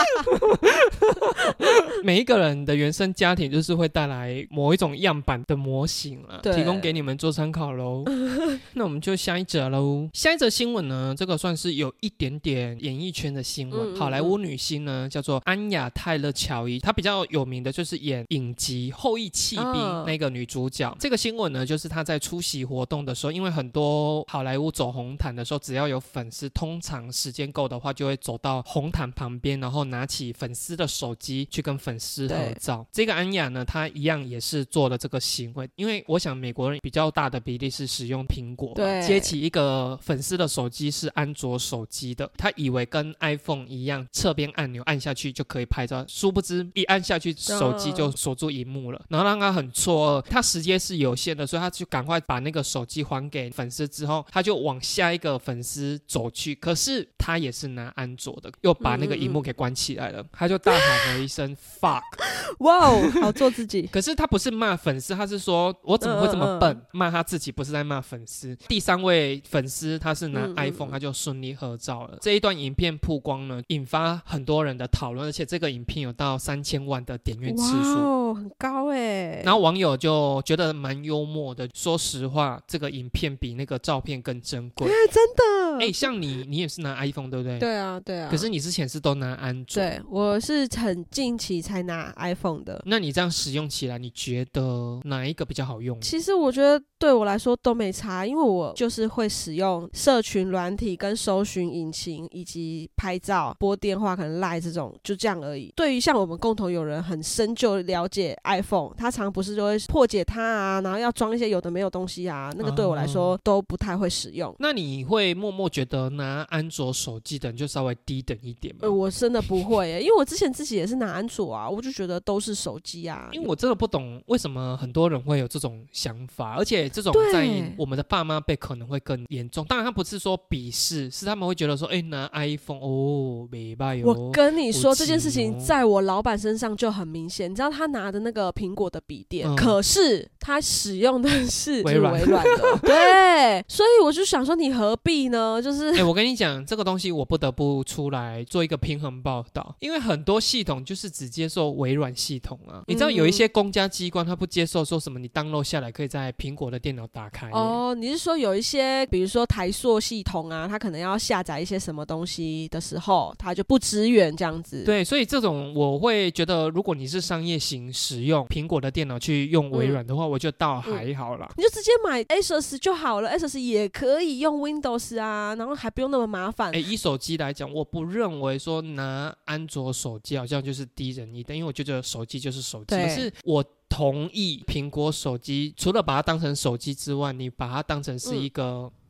每一个人的原生家庭就是会带来某一种样板的模型啦，提供给你们做参考咯那我们就下一则咯。下一则新闻呢，这个算是有一点点演艺圈的新闻、嗯、好莱坞女星呢叫做安雅泰勒乔伊，她比较有名的就是演影集后羿弃兵、哦、那个女主角。这个新闻呢就是她在出席活动的时候，因为很多好莱坞走红毯的时候，只要有粉丝，通常时间够的话就会走到红毯旁边，然后拿起粉丝的手机去跟粉丝合照。这个安雅呢，她一样也是做了这个行为，因为我想美国人比较大的比例是使用苹果，对，接起一个粉丝的手机是安卓手机的，他以为跟 iPhone 一样侧边按钮按下去就可以拍照，殊不知一按下去手机就锁住荧幕了，然后让他很错愕，他时间是有限的，所以他就赶快把那个手机还给粉丝之后，他就往下一个粉丝走去，可是他也是拿安卓的，又把那个荧幕给关起来了，嗯嗯嗯，他就大喊了一声 fuck 哇哦，好做自己可是他不是骂粉丝，他是说我怎么会这么笨，嗯嗯嗯，骂他自己，不是在骂粉丝。第三位粉丝他是拿 iPhone、嗯嗯、他就顺利合照了。这一段影片曝光呢，引发很多人的讨论，而且这个影片有到三千万的点阅次数，哇哦，很高耶。 然后网友就觉得蛮幽默的，说实话这个影片比那个照片更珍贵、 欸、真的。 哎、欸，像你你也是拿 iPhone 对不对？ 对啊对啊。 可是你之前是都拿安卓？ 对，我是很近期才拿 iPhone 的。 那你这样使用起来你觉得哪一个比较好用？ 其实我觉得对我来说都没差，因为我就是会使用社群软体跟搜寻引擎以及拍照拨电话可能 LINE 这种，就这样而已。对于像我们共同有人很深究了解 iPhone， 他常不是就会破解它啊，然后要装一些有的没有东西啊，那个对我来说都不太会使用、哦、 那你会默默觉得拿安卓手机的人就稍微低等一点吗？ 呃，我真的不会耶，因为我之前自己也是拿安卓啊，我就觉得都是手机啊。 因为我真的不懂为什么很多人会有这种想法，而且这种在我们的爸妈辈可能会更严重。当然他不是说鄙视，是他们会觉得说，哎、欸，拿 iPhone 哦，没办法。 我跟你说、哦、这件事情在我老板身上就很明显，你知道他拿的那个苹果的笔电、嗯、可是他使用的是微软的对，所以我就想说你何必呢，就是哎、 欸，我跟你讲这个东西我不得不出来做一个平衡报道，因为很多系统就是只接受微软系统啊、嗯、你知道有一些公家机关他不接受说什么你 download 下来可以在苹果的电脑打开哦，你是说有一些比如说台塑系统啊，他可能要下载一些什么东西的时候他就不支援这样子。 对，所以这种我会觉得如果你是商业型使用苹果的电脑去用微软的话、嗯、我觉得倒还好啦、 嗯、你就直接买 Asus 就好了， Asus 也可以用 Windows 啊，然后还不用那么麻烦。 欸，以手机来讲我不认为说拿安卓手机好像就是低人一等，因为我觉得手机就是手机，可是我同意苹果手机除了把它当成手机之外，你把它当成是一个、嗯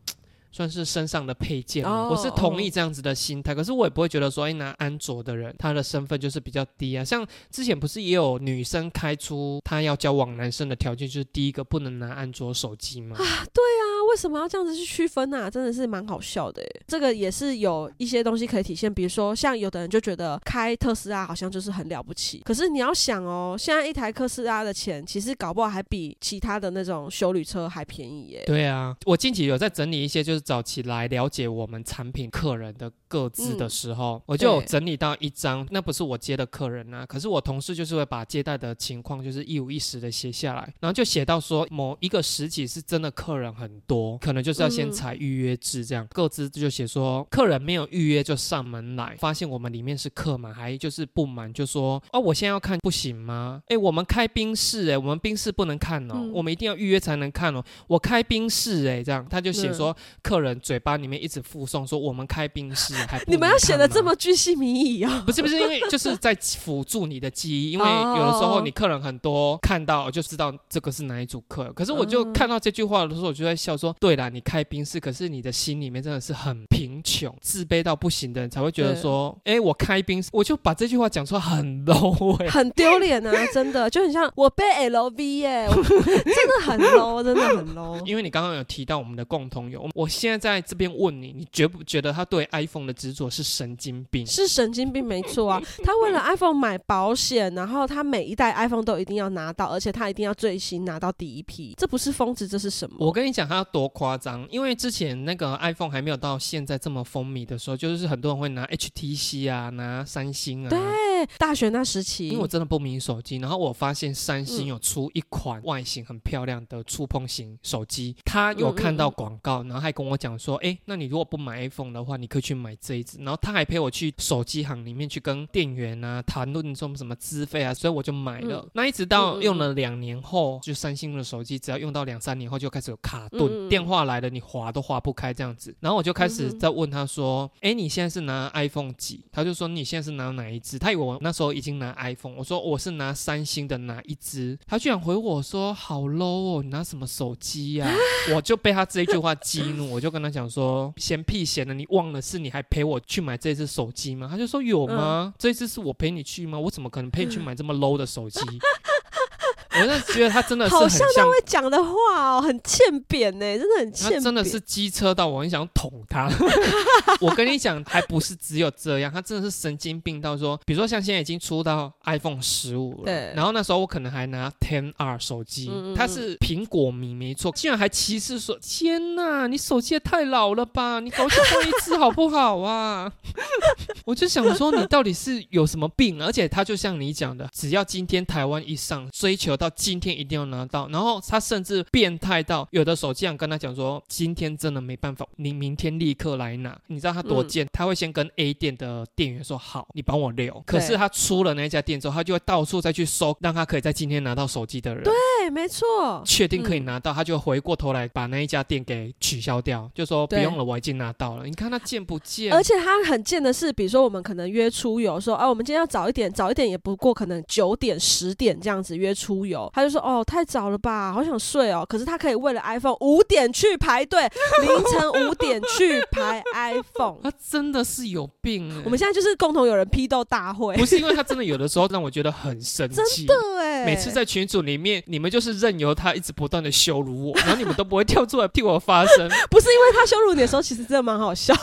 算是身上的配件、 哦、 我是同意这样子的心态，可是我也不会觉得说哎，拿安卓的人他的身份就是比较低啊。像之前不是也有女生开出她要交往男生的条件，就是第一个不能拿安卓手机吗？ 啊，对啊，为什么要这样子去区分啊？真的是蛮好笑的耶。这个也是有一些东西可以体现，比如说像有的人就觉得开特斯拉好像就是很了不起，可是你要想哦，现在一台特斯拉的钱其实搞不好还比其他的那种休旅车还便宜耶。 对啊，我近期有在整理一些就是早期来了解我们产品客人的各自的时候、嗯、我就有整理到一张，那不是我接的客人啊，可是我同事就是会把接待的情况就是一五一十的写下来，然后就写到说某一个时期是真的客人很多，可能就是要先采预约制这样、嗯、各自就写说客人没有预约就上门来，发现我们里面是客满，还就是不满就说哦我现在要看不行吗？哎，我们开宾室哎，我们宾室不能看哦、嗯、我们一定要预约才能看哦，我开宾室哎，这样他就写说、嗯、客人嘴巴里面一直附送说我们开宾室还不能看吗？ 你们要写的这么巨细靡遗哦？ 不是不是，因为就是在辅助你的记忆，因为有的时候你客人很多看到就知道这个是哪一组客，可是我就看到这句话的时候我就在笑说对啦，你开宾室可是你的心里面真的是很贫穷自卑到不行的人才会觉得说哎，我开宾室，我就把这句话讲出来很 low 欸， 很丢脸啊，真的就很像我背 L V 耶、欸，真的很 low， 真的很 low。 因为你刚刚有提到我们的共同友，我现在在这边问你，你觉不觉得他对 iPhone 的执着是神经病？ 是神经病没错啊，他为了 iPhone 买保险，然后他每一代 iPhone 都一定要拿到，而且他一定要最新拿到第一批，这不是疯子这是什么？ 我跟你讲他要多夸张，因为之前那个 iPhone 还没有到现在这么风靡的时候，就是很多人会拿 H T C 啊，拿三星啊。 对，大学那时期， 因为我真的不迷手机，然后我发现三星有出一款外形很漂亮的触碰型手机，他有看到广告，然后还跟我讲说哎，那你如果不买 iPhone 的话你可以去买这一支，然后他还陪我去手机行里面去跟店员啊谈论说什么资费啊，所以我就买了、嗯、那一直到用了两年后、嗯、就三星的手机只要用到两三年后就开始有卡顿、嗯、电话来了你滑都滑不开这样子，然后我就开始在问他说哎、嗯，你现在是拿 iPhone 几？他就说你现在是拿哪一支？他以为我那时候已经拿 iPhone， 我说我是拿三星的哪一支？他居然回我说好 low 哦，你拿什么手机啊？我就被他这一句话激怒，我就跟他讲说嫌屁嫌的，你忘了是你还陪我去买这支手机吗？他就说有吗、嗯、这支是我陪你去吗？我怎么可能陪你去买这么 low 的手机？我真的觉得他真的是很像好像他会讲的话哦，很欠扁呢，真的很欠扁。 他真的是机车到我很想捅他。我跟你讲，还不是只有这样，他真的是神经病到说，比如说像现在已经出到 iPhone 十五了，对，然后那时候我可能还拿 X R 手机，嗯嗯嗯，他是苹果迷没错，竟然还歧视说，天哪，你手机也太老了吧，你赶快去换一支好不好啊？我就想说，你到底是有什么病？而且他就像你讲的，只要今天台湾一上，追求到今天一定要拿到，然后他甚至变态到有的手机厂跟他讲说今天真的没办法，你明天立刻来拿。你知道他多贱、嗯、他会先跟 A 店的店员说好你帮我留，可是他出了那家店之后他就会到处再去搜让他可以在今天拿到手机的人， 对没错， 确定可以拿到、嗯、他就回过头来把那一家店给取消掉，就说不用了我已经拿到了。你看他贱不贱？ 而且他很贱的是比如说我们可能约出游说啊我们今天要早一点，早一点也不过可能九点十点这样子约出游，他就说哦太早了吧好想睡哦，可是他可以为了 iPhone 五点去排队，凌晨五点去排 iPhone。 他真的是有病耶。 我们现在就是共同有人批斗大会， 不是因为他真的有的时候让我觉得很生气， 真的耶， 每次在群组里面你们就是任由他一直不断的羞辱我，然后你们都不会跳出来替我发声。 不是因为他羞辱你的时候其实真的蛮好笑。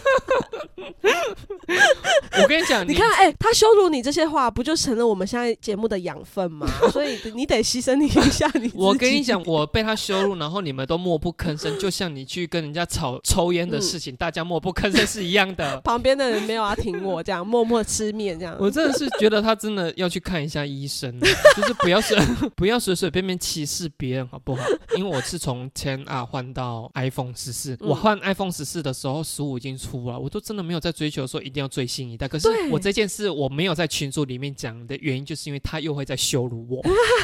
我跟你讲， 你看哎、欸，他羞辱你这些话不就成了我们现在节目的养分吗？所以你得牺牲你一下你自己。 我跟你讲，我被他羞辱然后你们都默不吭声，就像你去跟人家吵抽烟的事情、嗯、大家默不吭声是一样的。 旁边的人没有要听我这样默默吃面这样。 我真的是觉得他真的要去看一下医生，就是不要随不要随随便便歧视别人好不好？因为我是从 X R 换到 iPhone 十四、嗯、我换 iPhone 十四的时候十五已经出了，我都真的没没有在追求说一定要最新一代，可是我这件事我没有在群组里面讲的原因，就是因为他又会在羞辱我。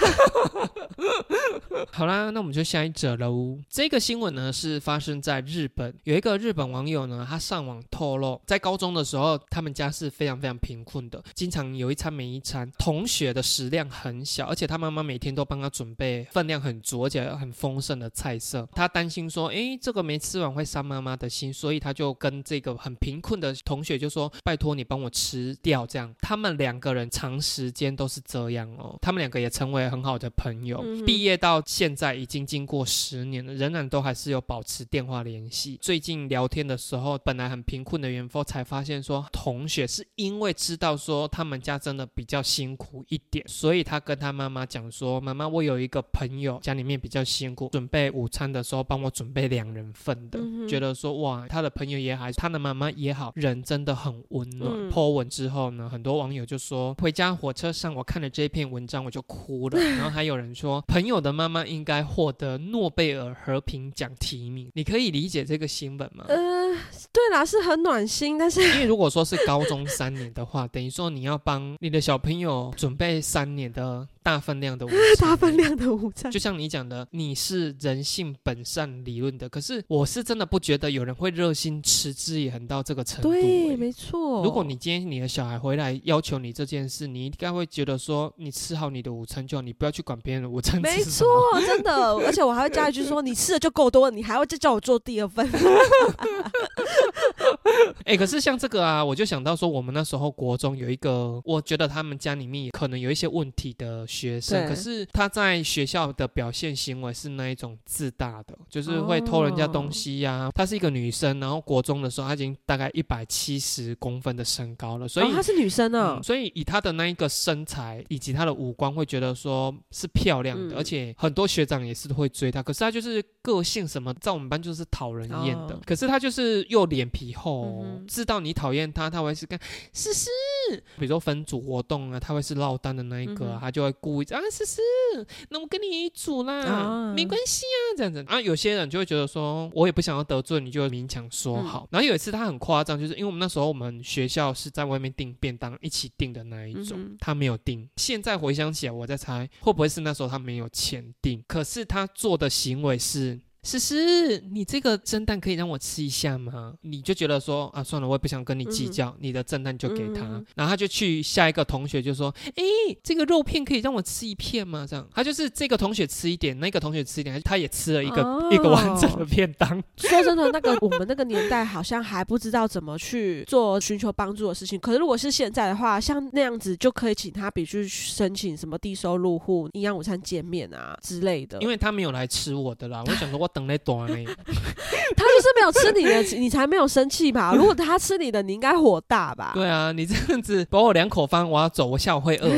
好啦，那我们就下一则喽。这个新闻呢是发生在日本，有一个日本网友呢，他上网透露，在高中的时候，他们家是非常非常贫困的，经常有一餐没一餐，同学的食量很小，而且他妈妈每天都帮他准备分量很足而且很丰盛的菜色。他担心说，诶，这个没吃完会伤妈妈的心，所以他就跟这个很贫困的同学就说，拜托你帮我吃掉。这样，他们两个人长时间都是这样哦，他们两个也成为很好的朋友。嗯、毕业到现在已经经过十年了，仍然都还是有保持电话联系。最近聊天的时候，本来很贫困的元丰才发现说，同学是因为知道说他们家真的比较辛苦一点，所以他跟他妈妈讲说，妈妈，我有一个朋友家里面比较辛苦，准备午餐的时候帮我准备两人份的、嗯、觉得说哇，他的朋友也好，他的妈妈也好，人真的很温暖、嗯、po 文之后呢，很多网友就说，回家火车上我看了这篇文章我就哭了。然后还有人说，朋友的妈妈应该获得诺贝尔和平奖提名。你可以理解这个新闻吗？ 呃，对啦，是很暖心，但是因为如果说是高中三年的话，等于说你要帮你的小朋友准备三年的大分量的午餐， 大分量的午餐， 就像你讲的，你是人性本善理论的，可是我是真的不觉得有人会热心持之以恒到这个程度。 对，没错。 如果你今天你的小孩回来要求你这件事，你应该会觉得说，你吃好你的午餐就好，你不要去管别人的午餐吃什么。 没错，真的。而且我还会加一句说，你吃的就够多了，你还要再叫我做第二份。 哎、欸，可是像这个啊，我就想到说，我们那时候国中有一个，我觉得他们家里面可能有一些问题的学生，可是他在学校的表现行为是那一种自大的，就是会偷人家东西呀、啊。她、哦、是一个女生，然后国中的时候她已经大概一百七十公分的身高了，所以、 哦、她是女生啊、 嗯，所以以她的那一个身材以及她的五官，会觉得说是漂亮的、嗯，而且很多学长也是会追她。可是她就是个性什么，在我们班就是讨人厌的、哦，可是她就是又脸皮厚、哦嗯，知道你讨厌她，她会是跟思思，比如说分组活动啊，她会是落单的那一个、啊，她、嗯、就会故意啊思思，那我跟你一组啦、啊，没关系啊，这样子啊。有些人就会觉得说，我也不想要得罪你，就会勉强说好、嗯。然后有一次他很夸张，就是因为我们那时候我们学校是在外面订便当一起订的那一种，嗯、他没有订。现在回想起来，我在猜会不会是那时候他没有钱订，可是他做的行为是。思思，你这个蒸蛋可以让我吃一下吗？你就觉得说啊，算了，我也不想跟你计较、嗯、你的蒸蛋就给他、嗯、然后他就去下一个同学就说，哎，这个肉片可以让我吃一片吗？这样他就是这个同学吃一点，那个同学吃一点，他也吃了一个、哦、一个完整的便当。 说真的，那个我们那个年代好像还不知道怎么去做寻求帮助的事情，可是如果是现在的话，像那样子就可以请他比如去申请什么低收入户营养午餐减免啊之类的。 因为他没有来吃我的啦，我想说我等来短嘞。 他就是没有吃你的，你才没有生气吧？如果他吃你的，你应该火大吧？ 对啊，你这样子把我两口饭，我要走，我下午会饿。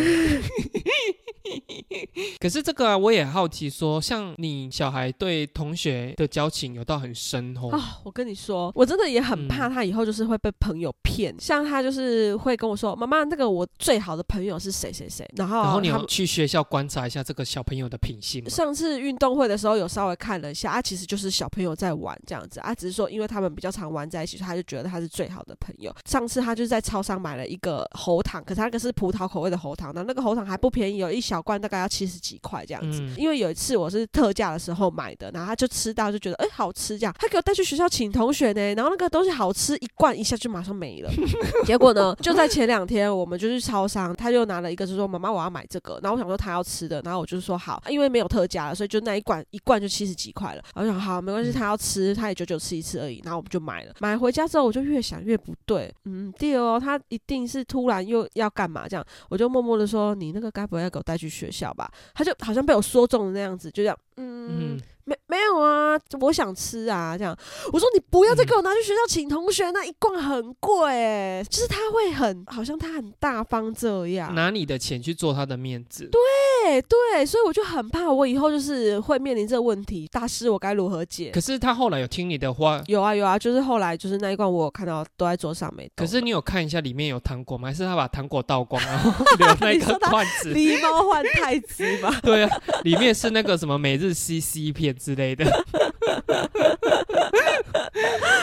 可是这个啊，我也好奇说，像你小孩对同学的交情有到很深哦。 哦，我跟你说，我真的也很怕他以后就是会被朋友骗、嗯。像他就是会跟我说，妈妈，那个我最好的朋友是谁谁谁。然后， 然后你要去学校观察一下这个小朋友的品性吗？ 上次运动会的时候有稍微看了一下，啊，其实就是小朋友在玩这样子啊，只是说因为他们比较常玩在一起，所以他就觉得他是最好的朋友。上次他就是在超商买了一个喉糖，可是那个是葡萄口味的喉糖，然后那个喉糖还不便宜，有一小罐大概要七十几块这样子、嗯。因为有一次我是特价的时候买的，然后他就吃到就觉得哎、欸、好吃这样，他给我带去学校请同学呢，然后那个东西好吃，一罐一下就马上没了。结果呢，就在前两天我们就去超商，他就拿了一个就说妈妈我要买这个，然后我想说他要吃的，然后我就说好，因为没有特价了，所以就那一罐一罐就七十几块了。然后我想好没关系，他要吃他也久久吃一次而已，然后我们就买了。买回家之后我就越想越不对，嗯对哦，他一定是突然又要干嘛这样，我就默默的说你那个该不会要给我带去学校吧？他就好像被我说中的那样子，就这样嗯。嗯没没有啊，我想吃啊，这样我说你不要再给我拿去学校请同学，嗯、那一罐很贵哎，就是他会很好像他很大方这样， 拿你的钱去做他的面子， 对对，所以我就很怕我以后就是会面临这个问题，大师我该如何解？ 可是他后来有听你的话， 有啊有啊，就是后来就是那一罐我有看到都在桌上没动。 可是你有看一下里面有糖果吗？还是他把糖果倒光然后留那个罐子？ 狸猫换太子吧？ 对啊，里面是那个什么每日 C C 片之类的。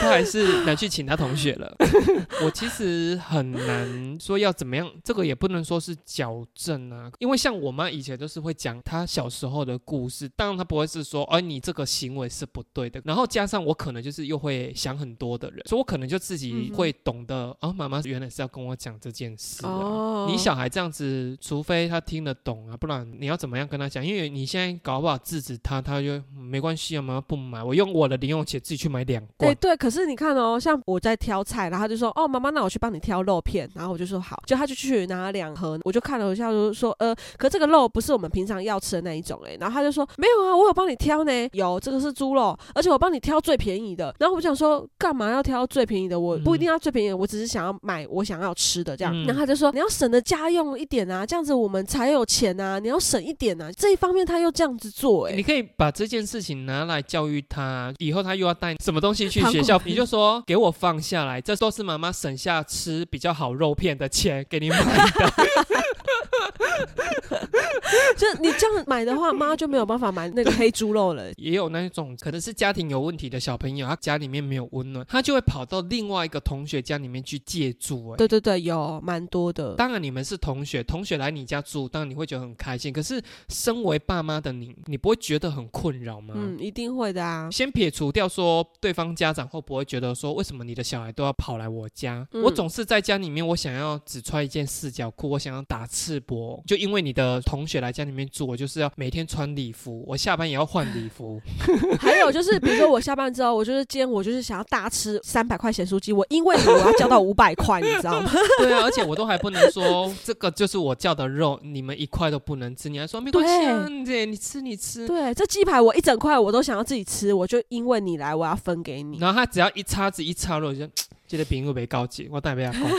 他还是拿去请他同学了。我其实很难说要怎么样，这个也不能说是矫正啊，因为像我妈以前都是会讲她小时候的故事，当然她不会是说哦你这个行为是不对的，然后加上我可能就是又会想很多的人，所以我可能就自己会懂得、嗯、哦妈妈原来是要跟我讲这件事啊、哦、你小孩这样子除非他听得懂啊，不然你要怎么样跟他讲，因为你现在搞不好制止他，他就、嗯、没关系啊，妈妈不买，我用我的零用钱自己去买两罐、 欸、对，可是你看哦，像我在挑菜，然后他就说哦妈妈那我去帮你挑肉片，然后我就说好，就他就去拿两盒，我就看了一下就说呃可这个肉不是我们平常要吃的那一种欸，然后他就说没有啊，我有帮你挑呢，有这个是猪肉，而且我帮你挑最便宜的，然后我想说干嘛要挑最便宜的，我不一定要最便宜的，我只是想要买我想要吃的这样、嗯、然后他就说你要省的家用一点啊，这样子我们才有钱啊，你要省一点啊，这一方面他又这样子做欸， 你可以把这件事情拿来教育他，以后他又要带什么东西去学校，你就说给我放下来，这都是妈妈省下吃比较好肉片的钱给你买的。 就你这样买的话，妈就没有办法买那个黑猪肉了。 也有那种可能是家庭有问题的小朋友，他家里面没有温暖，他就会跑到另外一个同学家里面去借住、欸、 对对对，有蛮多的。 当然你们是同学，同学来你家住，当然你会觉得很开心，可是身为爸妈的你，你不会觉得很困扰吗？ 嗯，一定会的啊。 先撇除掉说对方家长会不会觉得说为什么你的小孩都要跑来我家、嗯、我总是在家里面我想要只穿一件四角裤，我想要打赤膊，就因为你的同学来家里面住，我就是要每天穿礼服，我下班也要换礼服。 还有就是比如说我下班之后，我就是今天我就是想要大吃三百块咸酥鸡，我因为你我要交到五百块，你知道吗？ 对啊，而且我都还不能说这个就是我叫的肉，你们一块都不能吃，你还说没关系啊，你吃你吃。 对，这鸡排我一整块我都想要自己吃，我就因为你来我要分给你。 然后他只要一叉子一叉肉，就这个朋友不高级，我当然不要讲。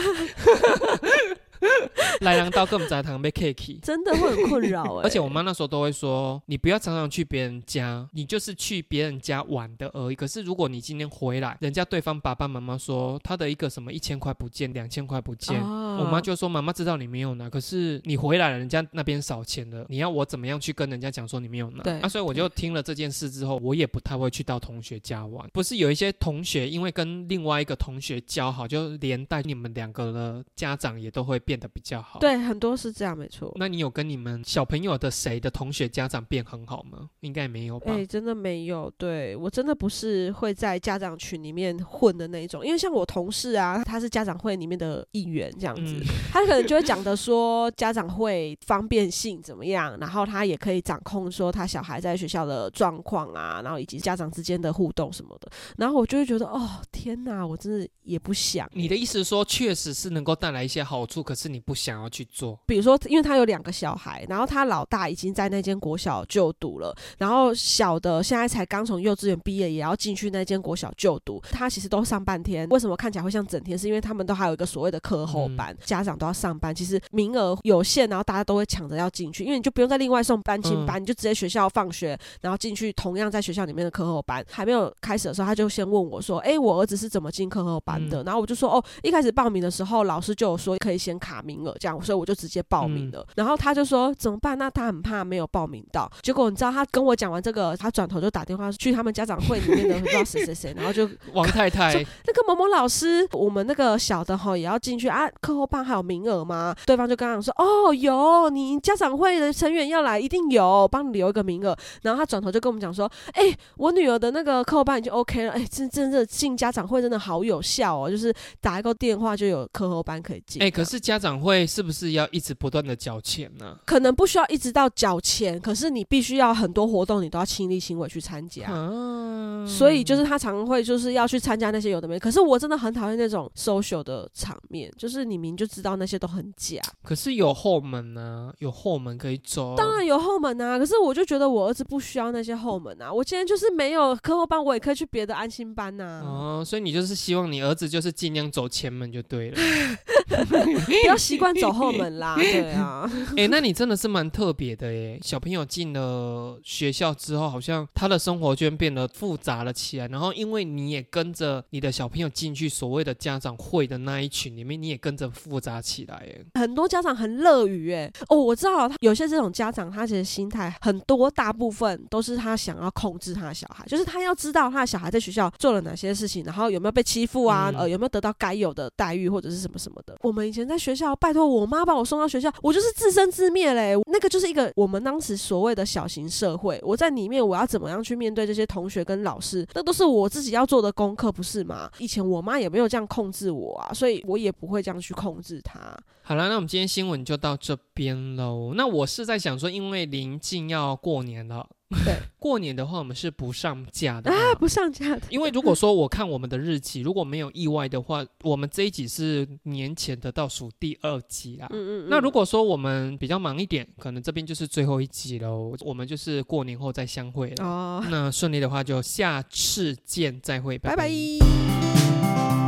来人到更不知堂被 cake， 真的会很困扰哎。 而且我妈那时候都会说，你不要常常去别人家，你就是去别人家玩的而已。可是如果你今天回来，人家对方爸爸妈妈说他的一个什么一千块不见，两千块不见，哦、我妈就说妈妈知道你没有拿，可是你回来了，人家那边少钱了，你要我怎么样去跟人家讲说你没有拿？对，啊，所以我就听了这件事之后，我也不太会去到同学家玩。不是有一些同学因为跟另外一个同学交好，就连带你们两个的家长也都会变得比较好。 对，很多是这样，没错。 那你有跟你们小朋友的谁的同学家长变很好吗？应该没有吧？ 哎、欸，真的没有。对，我真的不是会在家长群里面混的那一种，因为像我同事啊，他是家长会里面的一员这样子，嗯、他可能就会讲的说家长会方便性怎么样，然后他也可以掌控说他小孩在学校的状况啊，然后以及家长之间的互动什么的，然后我就会觉得哦天哪，我真的也不想。 你的意思说确实是能够带来一些好处，可是你不想要去做。 比如说因为他有两个小孩，然后他老大已经在那间国小就读了，然后小的现在才刚从幼稚园毕业，也要进去那间国小就读，他其实都上半天。为什么看起来会像整天？是因为他们都还有一个所谓的课后班、嗯、家长都要上班，其实名额有限，然后大家都会抢着要进去，因为你就不用再另外送班亲班、嗯、你就直接学校放学然后进去同样在学校里面的课后班。还没有开始的时候他就先问我说哎、欸，我儿子是怎么进课后班的、嗯、然后我就说哦，一开始报名的时候老师就有说可以先卡名额这样，所以我就直接报名了、嗯、然后他就说怎么办，那他很怕没有报名到。结果你知道他跟我讲完这个，他转头就打电话去他们家长会里面的不知道谁谁谁，然后就王太太那个某某老师，我们那个小的齁也要进去啊，课后班还有名额吗？对方就跟他讲说哦有，你家长会的成员要来一定有，帮你留一个名额。然后他转头就跟我们讲说哎、欸，我女儿的那个课后班已经 OK 了，哎、欸，真真的进家长会真的好有效哦，就是打一个电话就有课后班可以进。 哎、欸，可是家长会是不是要一直不断的缴钱呢、啊？ 可能不需要一直到缴钱，可是你必须要很多活动你都要亲力亲为去参加、啊、所以就是他常会就是要去参加那些有的没。可是我真的很讨厌那种 social 的场面，就是你明就知道那些都很假。 可是有后门啊，有后门可以走。 当然有后门啊，可是我就觉得我儿子不需要那些后门啊，我今天就是没有课后班，我也可以去别的安心班啊。 哦，所以你就是希望你儿子就是尽量走前门就对了。 不要习惯走后门啦。对啊， 哎、欸，那你真的是蛮特别的耶。小朋友进了学校之后，好像他的生活圈变得复杂了起来，然后因为你也跟着你的小朋友进去所谓的家长会的那一群里面，你也跟着复杂起来耶。 很多家长很乐于哎，哦，我知道有些这种家长，他其实心态很多，大部分都是他想要控制他的小孩，就是他要知道他的小孩在学校做了哪些事情，然后有没有被欺负啊、嗯、呃，有没有得到该有的待遇或者是什么什么的。我们以前在学校，拜托我妈把我送到学校，我就是自生自灭嘞。那个就是一个我们当时所谓的小型社会，我在里面我要怎么样去面对这些同学跟老师，那都是我自己要做的功课，不是吗？以前我妈也没有这样控制我啊，所以我也不会这样去控制她。 好了，那我们今天新闻就到这边喽。那我是在想说，因为临近要过年了， 对， 过年的话我们是不上架的啊，不上架的。 因为如果说我看我们的日期，如果没有意外的话，我们这一集是年前的倒数第二集啦。嗯嗯嗯。那如果说我们比较忙一点，可能这边就是最后一集喽，我们就是过年后再相会了。哦。那顺利的话就下次见，再会，拜拜。拜拜。